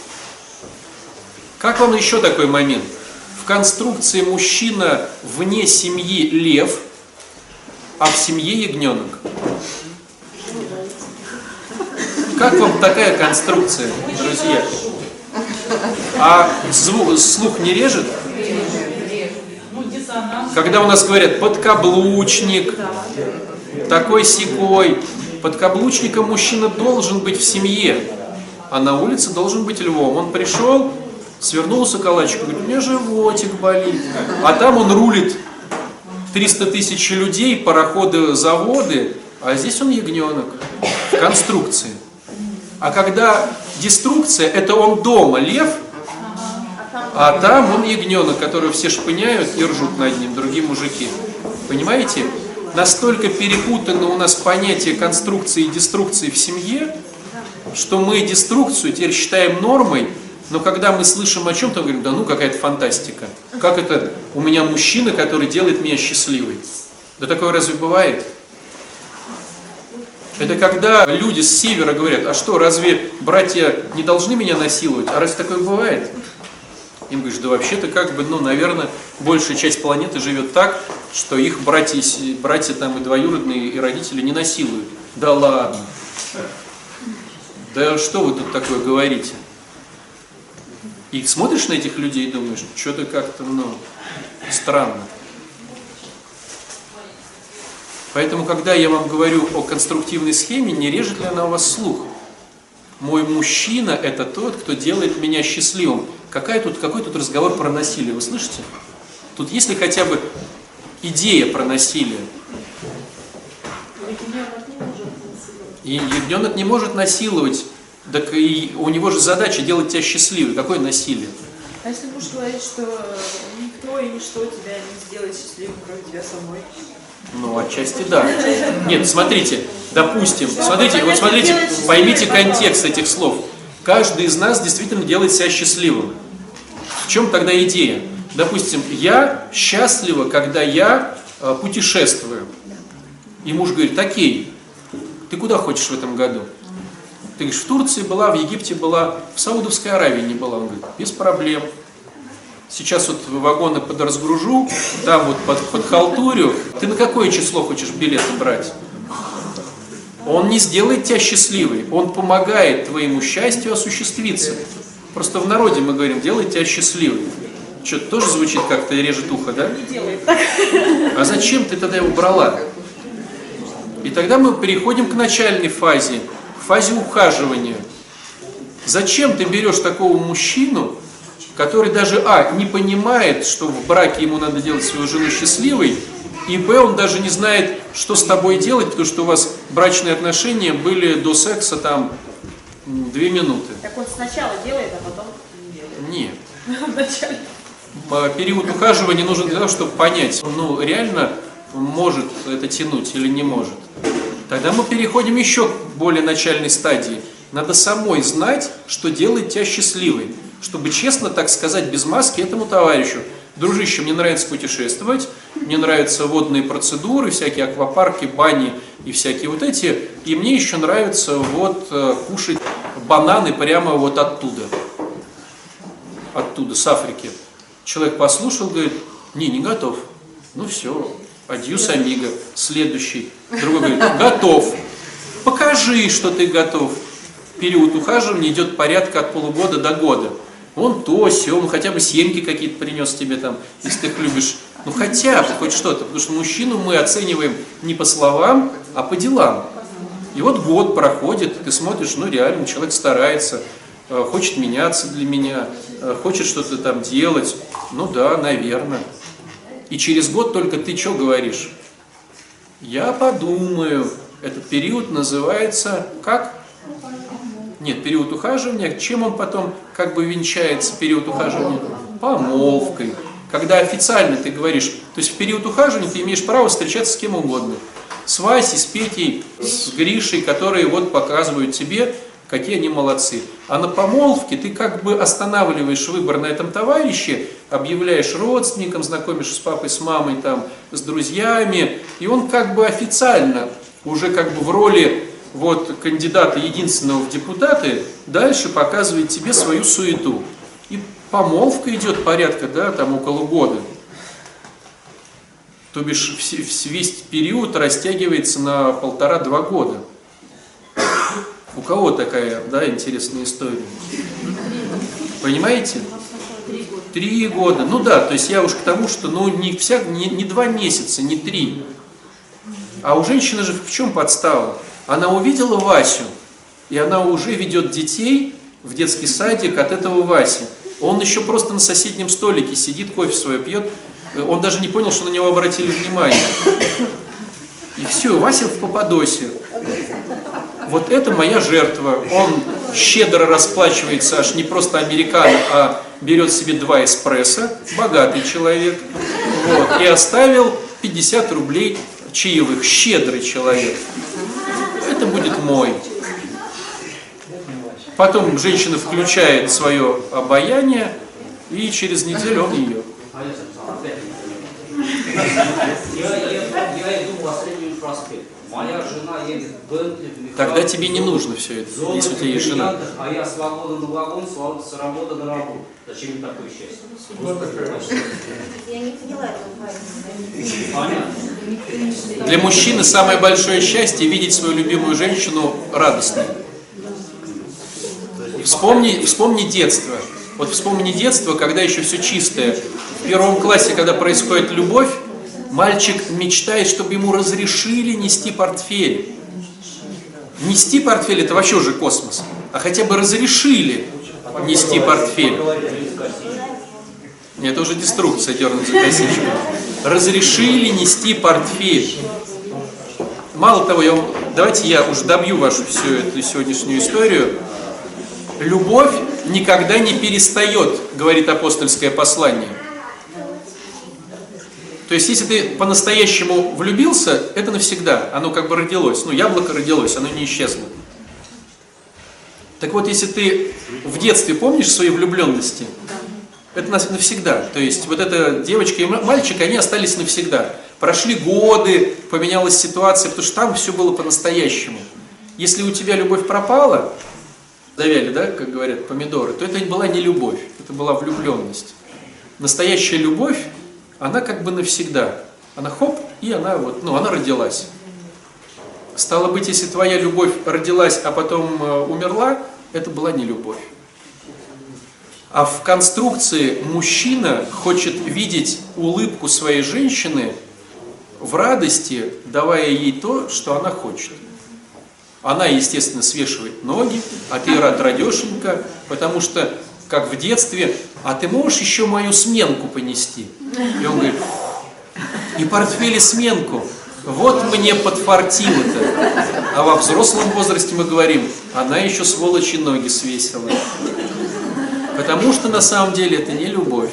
Как вам еще такой момент? В конструкции мужчина вне семьи лев, а в семье ягненок. Как вам такая конструкция, друзья? А звук, слух не режет? Когда у нас говорят подкаблучник, такой-сякой, подкаблучником мужчина должен быть в семье, а на улице должен быть львом. Он пришел, свернулся калачиком, говорит, у меня животик болит. А там он рулит триста тысяч людей, пароходы, заводы, а здесь он ягненок в конструкции. А когда деструкция, это он дома лев, а там он ягненок, которого все шпыняют и ржут над ним, другие мужики. Понимаете? настолько перепутаны у нас понятия конструкции и деструкции в семье, что мы деструкцию теперь считаем нормой, но когда мы слышим о чем-то, мы говорим, да ну какая-то фантастика. Как это у меня мужчина, который делает меня счастливой? Да такое разве бывает? Это когда люди с севера говорят, а что, разве братья не должны меня насиловать? А разве такое бывает? Им говоришь, да вообще-то как бы, ну, наверное, большая часть планеты живет так, что их братья, братья там и двоюродные, и родители не насилуют. Да ладно. Да что вы тут такое говорите? И смотришь на этих людей и думаешь, что-то как-то, ну, странно. Поэтому, когда я вам говорю о конструктивной схеме, не режет ли она у вас слух? Мой мужчина – это тот, кто делает меня счастливым. Какая тут, какой тут разговор про насилие, вы слышите? Тут есть ли хотя бы идея про насилие? И ягненок не может насиловать, так и у него же задача делать тебя счастливым. Какое насилие? А если муж говорит, что никто и ничто тебя не сделает счастливым, кроме тебя самой? Ну, отчасти да. Нет, смотрите, допустим, смотрите, вот смотрите, поймите контекст этих слов. Каждый из нас действительно делает себя счастливым. В чем тогда идея? Допустим, я счастлива, когда я э, путешествую. И муж говорит, окей, ты куда хочешь в этом году? Ты говоришь, в Турции была, в Египте была, в Саудовской Аравии не была. Он говорит, без проблем. Сейчас вот вагоны подразгружу, там вот под, под халтурю. Ты на какое число хочешь билеты брать? Он не сделает тебя счастливой, он помогает твоему счастью осуществиться. Просто в народе мы говорим, делает тебя счастливой. Что-то тоже звучит как-то режет ухо, да? Не делает так. А зачем ты тогда его брала? И тогда мы переходим к начальной фазе, к фазе ухаживания. Зачем ты берешь такого мужчину, который даже, а, не понимает, что в браке ему надо делать свою жену счастливой, и, б, он даже не знает, что с тобой делать, потому что у вас брачные отношения были до секса там две минуты. Так он сначала делает, а потом не делает. Нет. Вначале. Период ухаживания нужен для того, чтобы понять, ну, реально может это тянуть или не может. Тогда мы переходим еще к более начальной стадии. Надо самой знать, что делает тебя счастливой. Чтобы честно так сказать без маски этому товарищу: дружище, мне нравится путешествовать, мне нравятся водные процедуры, всякие аквапарки, бани и всякие вот эти, и мне еще нравится вот кушать бананы прямо вот оттуда, оттуда, с Африки. Человек послушал, говорит, не, не готов. Ну все, адьюс амиго, следующий. Другой говорит, готов. Покажи, что ты готов. Период ухаживания идет порядка от полугода до года. Он то, сё, он хотя бы семки какие-то принес тебе там, если ты их любишь. Ну хотя бы, хоть что-то. Потому что мужчину мы оцениваем не по словам, а по делам. И вот год проходит, ты смотришь, ну реально, человек старается, хочет меняться для меня, хочет что-то там делать. Ну да, наверное. И через год только ты что говоришь? Я подумаю. Этот период называется как? Нет, период ухаживания. Чем он потом как бы венчается, период ухаживания? Помолвкой. Когда официально ты говоришь, то есть в период ухаживания ты имеешь право встречаться с кем угодно. С Васей, с Петей, с Гришей, которые вот показывают тебе, какие они молодцы. А на помолвке ты как бы останавливаешь выбор на этом товарище, объявляешь родственникам, знакомишь с папой, с мамой, там, с друзьями, и он как бы официально, уже как бы в роли вот кандидата единственного в депутаты, дальше показывает тебе свою суету. И помолвка идет порядка, да, там около года. То бишь весь период растягивается на полтора-два года. У кого такая, да, интересная история? Понимаете? Три года. Ну да, то есть я уж к тому, что ну не, вся, не, не два месяца, не три. А у женщины же в чем подстава? Она увидела Васю, и она уже ведет детей в детский садик от этого Васи. Он еще просто на соседнем столике сидит, кофе свое пьет. Он даже не понял, что на него обратили внимание. И все, Вася в Пападосе. Вот это моя жертва. Он щедро расплачивается, аж не просто американо, а берет себе два эспрессо, богатый человек, вот, и оставил пятьдесят рублей чаевых, щедрый человек, это будет мой. Потом женщина включает свое обаяние, и через неделю он ее. Я, я, я иду по Среднему проспекту. Моя жена едет в Бентли, в Михайловске. Тогда тебе не нужно все это, Золото, если у тебя есть жена. А я свобода на вагон, свобода с работы на работу. Зачем мне такое счастье? Я не поняла этого. Понятно. Для мужчины самое большое счастье — видеть свою любимую женщину радостной. Вспомни, вспомни детство. Вот вспомни детство, когда еще все чистое. В первом классе, когда происходит любовь, мальчик мечтает, чтобы ему разрешили нести портфель. Нести портфель — это вообще уже космос. А хотя бы разрешили нести портфель. Нет, это уже деструкция, дернуть за косичку. Разрешили нести портфель. Мало того, я вам, давайте я уже добью вашу всю эту сегодняшнюю историю. Любовь никогда не перестает, говорит апостольское послание. То есть, если ты по-настоящему влюбился, это навсегда. Оно как бы родилось. Ну, яблоко родилось, оно не исчезло. Так вот, если ты в детстве помнишь свои влюбленности, это навсегда. То есть, вот эта девочка и мальчик, они остались навсегда. Прошли годы, поменялась ситуация, потому что там все было по-настоящему. Если у тебя любовь пропала, завяли, да, как говорят, помидоры, то это была не любовь, это была влюбленность. Настоящая любовь, она как бы навсегда. Она хоп, и она вот, ну, она родилась. Стало быть, если твоя любовь родилась, а потом э, умерла, это была не любовь. А в конструкции мужчина хочет видеть улыбку своей женщины в радости, давая ей то, что она хочет. Она, естественно, свешивает ноги, а ты рад радешенька, потому что, как в детстве, а ты можешь еще мою сменку понести? И он говорит, и портфель, и сменку. Вот мне подфартило-то. А во взрослом возрасте мы говорим, она еще сволочи ноги свесила. Потому что на самом деле это не любовь.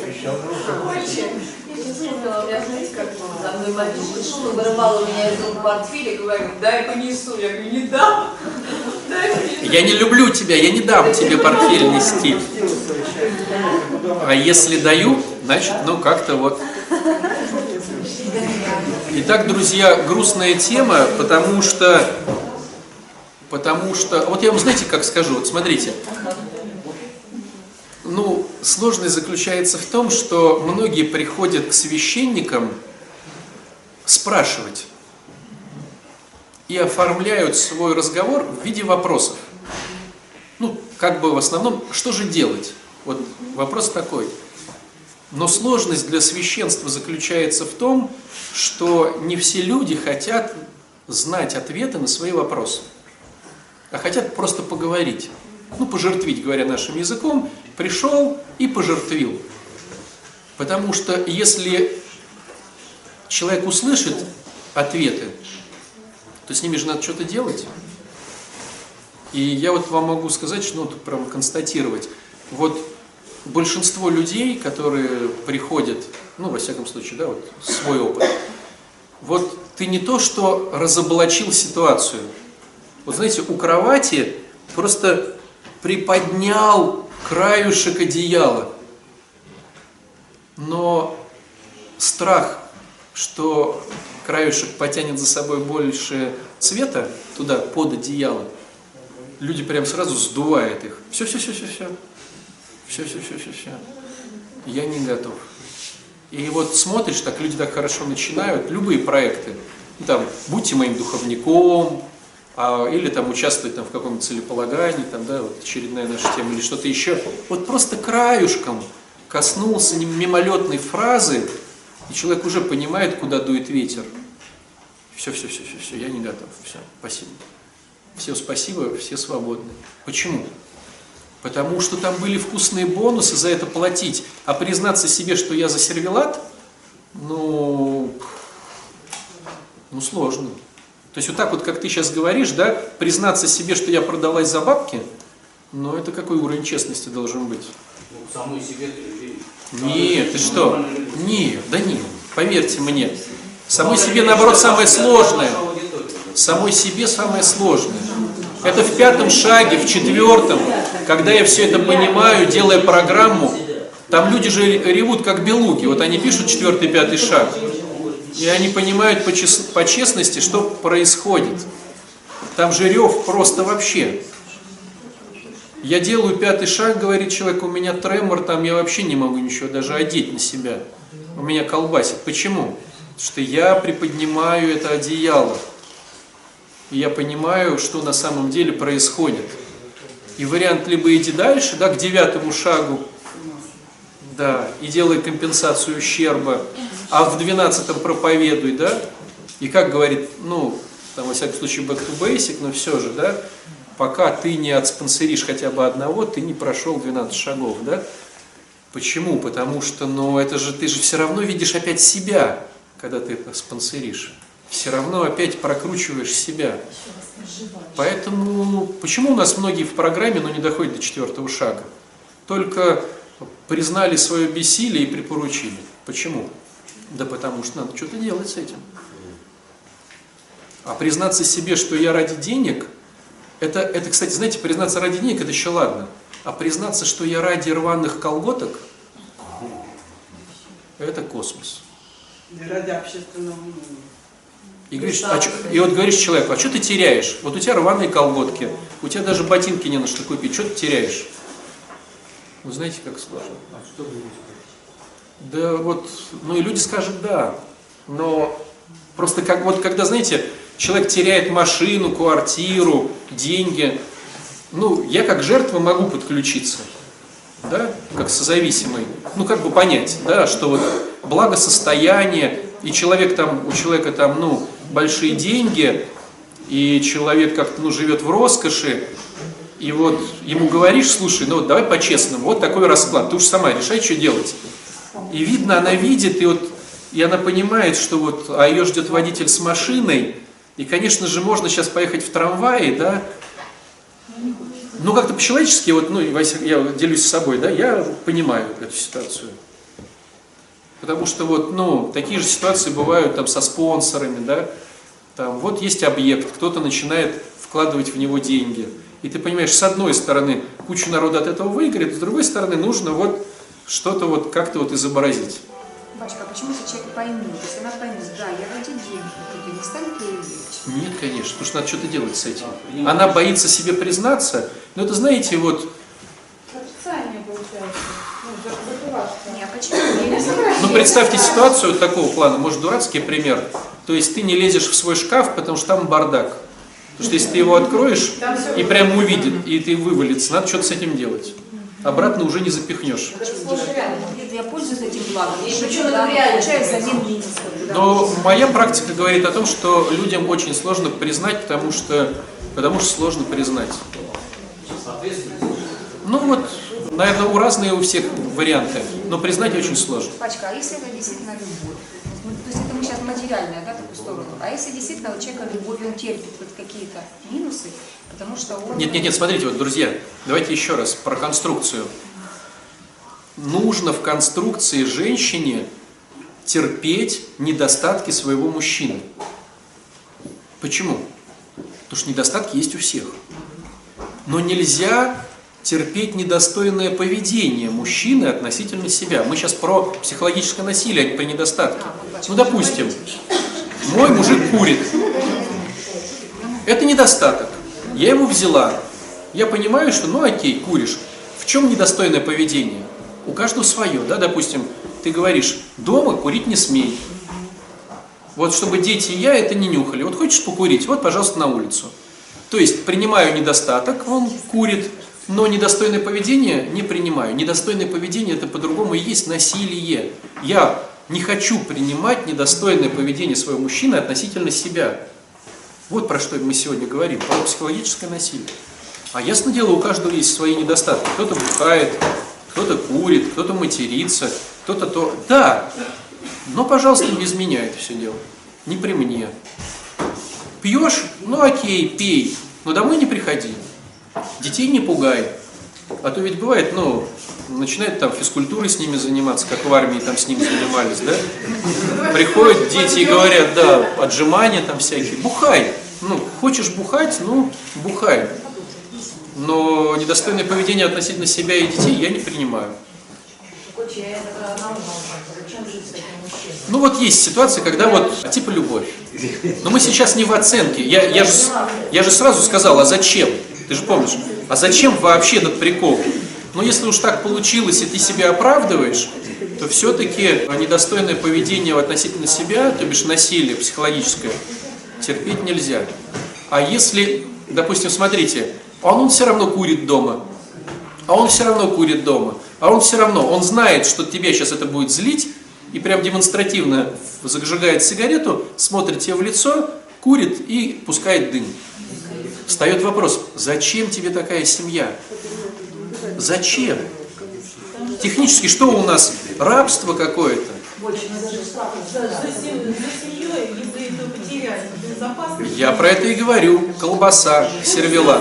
Вырывал у меня из рук портфель и говорит, дай понесу. Я говорю, не дам. Я не люблю тебя, я не дам тебе портфель нести. А если даю, значит, ну как-то вот. Итак, друзья, грустная тема, потому что, потому что, вот я вам, знаете, как скажу, вот смотрите. Ну, сложность заключается в том, что многие приходят к священникам спрашивать и оформляют свой разговор в виде вопросов. Ну, как бы в основном, что же делать? Вот вопрос такой. Но сложность для священства заключается в том, что не все люди хотят знать ответы на свои вопросы, а хотят просто поговорить. Ну, пожертвить, говоря нашим языком, пришел и пожертвил. Потому что если человек услышит ответы, то с ними же надо что-то делать. И я вот вам могу сказать, что, ну, прям констатировать, вот большинство людей, которые приходят, ну, во всяком случае, да, вот свой опыт, вот ты не то, что разоблачил ситуацию, вот знаете, у кровати просто приподнял краюшек одеяла, но страх, что краюшек потянет за собой больше цвета туда, под одеяло, люди прям сразу сдувают их. Все, все, все, все, все. Все, все, все, все, все. Я не готов. И вот смотришь, так люди так хорошо начинают, любые проекты. Ну, там, будьте моим духовником, а, или там участвовать там, в каком-то целеполагании, там, да, вот очередная наша тема, или что-то еще. Вот просто краюшком коснулся мимолетной фразы, и человек уже понимает, куда дует ветер. Все, все, все, все, все, я не готов. Все, спасибо. Все спасибо, все свободны. Почему? Потому что там были вкусные бонусы, за это платить. А признаться себе, что я за сервелат, ну, ну сложно. То есть вот так вот, как ты сейчас говоришь, да, признаться себе, что я продалась за бабки, ну это какой уровень честности должен быть? Ну, самой себе ты любишь. Нет, ты что? Нет, да нет, поверьте мне. Самой себе, наоборот, самое сложное. Самой себе самое сложное. Это в пятом шаге, в четвертом, когда я все это понимаю, делая программу, там люди же ревут как белуги. Вот они пишут четвертый, пятый шаг, и они понимают по, чес... по честности, что происходит. Там же рев просто вообще. Я делаю пятый шаг, говорит человек, у меня тремор, там я вообще не могу ничего даже одеть на себя. У меня колбасит. Почему? Потому что я приподнимаю это одеяло. И я понимаю, что на самом деле происходит. И вариант либо иди дальше, да, к девятому шагу, да, и делай компенсацию ущерба, а в двенадцатом проповедуй, да, и как говорит, ну, там, во всяком случае, back to basic, но все же, да, пока ты не отспонсоришь хотя бы одного, ты не прошел двенадцать шагов, да. Почему? Потому что, ну, это же, ты же все равно видишь опять себя, когда ты спонсоришь. Все равно опять прокручиваешь себя. Поэтому, почему у нас многие в программе, но не доходят до четвертого шага? Только признали свое бессилие и припоручили. Почему? Да потому что надо что-то делать с этим. А признаться себе, что я ради денег, это, это, кстати, знаете, признаться ради денег, это еще ладно. А признаться, что я ради рваных колготок, это космос. И ради общественного мнения. И, говоришь, а чё, и вот говоришь человеку, а что ты теряешь? Вот у тебя рваные колготки, у тебя даже ботинки не на что купить, что ты теряешь? Вы знаете, как сложно? А что вы скажете? Да вот, ну и люди скажут да, но просто как вот когда, знаете, человек теряет машину, квартиру, деньги, ну я как жертва могу подключиться, да, как созависимый, ну как бы понять, да, что вот благосостояние, и человек там, у человека там, ну, большие деньги, и человек как-то, ну, живет в роскоши, и вот ему говоришь, слушай, ну, вот давай по-честному, вот такой расклад, ты уж сама решай, что делать. И видно, она видит, и вот, и она понимает, что вот, а ее ждет водитель с машиной, и, конечно же, можно сейчас поехать в трамвае, да, ну, как-то по-человечески, вот, ну, я делюсь с собой, да, я понимаю эту ситуацию. Потому что вот, ну, такие же ситуации бывают там со спонсорами, да, там вот есть объект, кто-то начинает вкладывать в него деньги, и ты понимаешь, с одной стороны куча народа от этого выиграет, с другой стороны нужно вот что-то вот как-то вот изобразить. Батюшка, а почему если человек поймет, если она поймет, да, я ради денег, то не станет ее верить? Нет, конечно, потому что надо что-то делать с этим. Она боится себе признаться, но это, знаете, вот... Отрицание получается. Ну, представьте ситуацию вот такого плана, может, дурацкий пример. То есть ты не лезешь в свой шкаф, потому что там бардак. Потому что если ты его откроешь и прямо увидит, и ты вывалится, надо что-то с этим делать. Обратно уже не запихнешь. Я пользуюсь этим благом, получаю взамен минус. Но моя практика говорит о том, что людям очень сложно признать, потому что, потому что сложно признать. Ну вот, наверное, у разные у всех варианты, но признать очень сложно. Пачка, а если это действительно любовь? То есть это мы сейчас материальная, да, такую сторону. А если действительно у человека любовь, он терпит вот какие-то минусы, потому что он... Нет, нет, нет, смотрите, вот, друзья, давайте еще раз про конструкцию. Нужно в конструкции женщине терпеть недостатки своего мужчины. Почему? Потому что недостатки есть у всех. Но нельзя терпеть недостойное поведение мужчины относительно себя. Мы сейчас про психологическое насилие, а не про недостатки. Ну, допустим, мой мужик курит. Это недостаток. Я его взяла. Я понимаю, что, ну окей, куришь. В чем недостойное поведение? У каждого свое, да, допустим, ты говоришь, дома курить не смей. Вот чтобы дети и я это не нюхали. Вот хочешь покурить, вот, пожалуйста, на улицу. То есть принимаю недостаток, он курит, но недостойное поведение не принимаю. Недостойное поведение — это по-другому и есть насилие. Я не хочу принимать недостойное поведение своего мужчины относительно себя. Вот про что мы сегодня говорим, про психологическое насилие. А ясно дело, у каждого есть свои недостатки. Кто-то бухает, кто-то курит, кто-то матерится, кто-то то... Да, но, пожалуйста, без меня это все дело. Не при мне. Пьешь? Ну окей, пей, но домой не приходи. Детей не пугай. А то ведь бывает, ну, начинает там физкультурой с ними заниматься, как в армии там с ними занимались, да? Приходят дети и говорят, да, отжимания там всякие, бухай. Ну, хочешь бухать, ну, бухай. Но недостойное поведение относительно себя и детей я не принимаю. Ну вот есть ситуация, когда вот типа любовь. Но мы сейчас не в оценке. Я, я, же, я же сразу сказал, а зачем? Ты же помнишь, а зачем вообще этот прикол? Но если уж так получилось, и ты себя оправдываешь, то все-таки недостойное поведение относительно себя, то бишь насилие психологическое, терпеть нельзя. А если, допустим, смотрите, а он все равно курит дома, а он все равно курит дома, а он все равно, он знает, что тебя сейчас это будет злить, и прям демонстративно зажигает сигарету, смотрит тебе в лицо, курит и пускает дым. Встает вопрос, зачем тебе такая семья? Зачем? Технически что у нас? Рабство какое-то? Я про это и говорю. Колбаса, сервелат.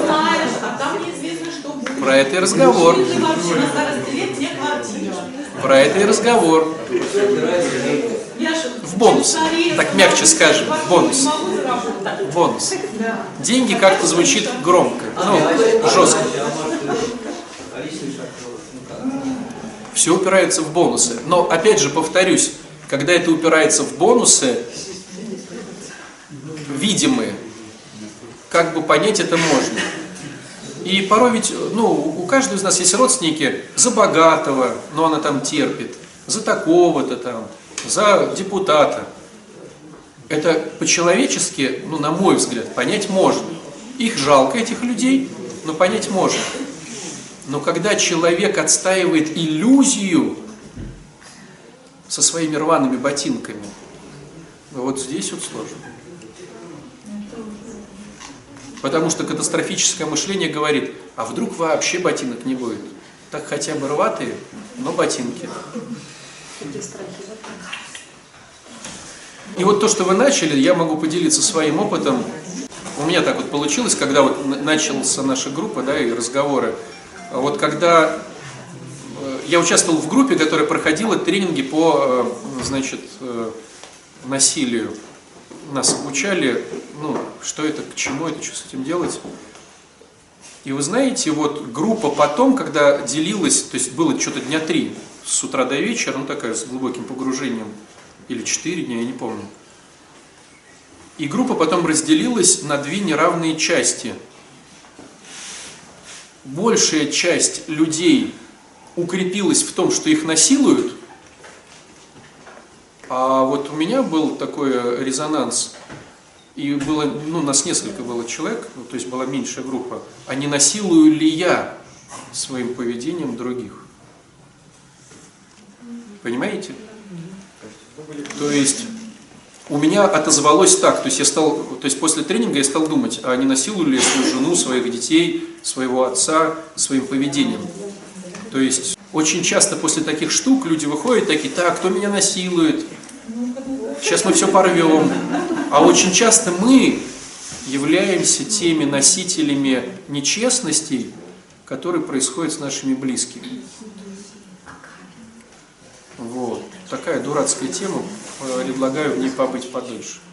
Про это и разговор. Про это и разговор. В бонус. Так мягче скажем. В бонус. В бонус. Деньги как-то звучит громко. Ну, жестко. Все упирается в бонусы. Но, опять же, повторюсь, когда это упирается в бонусы, видимые, как бы понять это можно. И порой ведь, ну, у каждого из нас есть родственники за богатого, но она там терпит, за такого-то там, за депутата. Это по-человечески, ну, на мой взгляд, понять можно. Их жалко, этих людей, но понять можно. Но когда человек отстаивает иллюзию со своими рваными ботинками, вот здесь вот сложно. Потому что катастрофическое мышление говорит, а вдруг вообще ботинок не будет? Так хотя бы рватые, но ботинки. И вот то, что вы начали, я могу поделиться своим опытом. У меня так вот получилось, когда вот началась наша группа, да, и разговоры. Вот когда я участвовал в группе, которая проходила тренинги по, значит, насилию. Нас обучали, ну, что это, к чему это, что с этим делать. И вы знаете, вот группа потом, когда делилась, то есть было что-то дня три, с утра до вечера, ну такая с глубоким погружением, или четыре дня, я не помню. И группа потом разделилась на две неравные части. Большая часть людей укрепилась в том, что их насилуют, а вот у меня был такой резонанс, и было, ну, нас несколько было человек, ну, то есть была меньшая группа, а не насилую ли я своим поведением других? Понимаете? То есть у меня отозвалось так, то есть я стал, то есть после тренинга я стал думать, а не насилую ли я свою жену, своих детей, своего отца своим поведением? То есть очень часто после таких штук люди выходят такие, так, кто меня насилует? Сейчас мы все порвем. А очень часто мы являемся теми носителями нечестностей, которые происходят с нашими близкими. Вот. Такая дурацкая тема. Предлагаю в ней побыть подольше.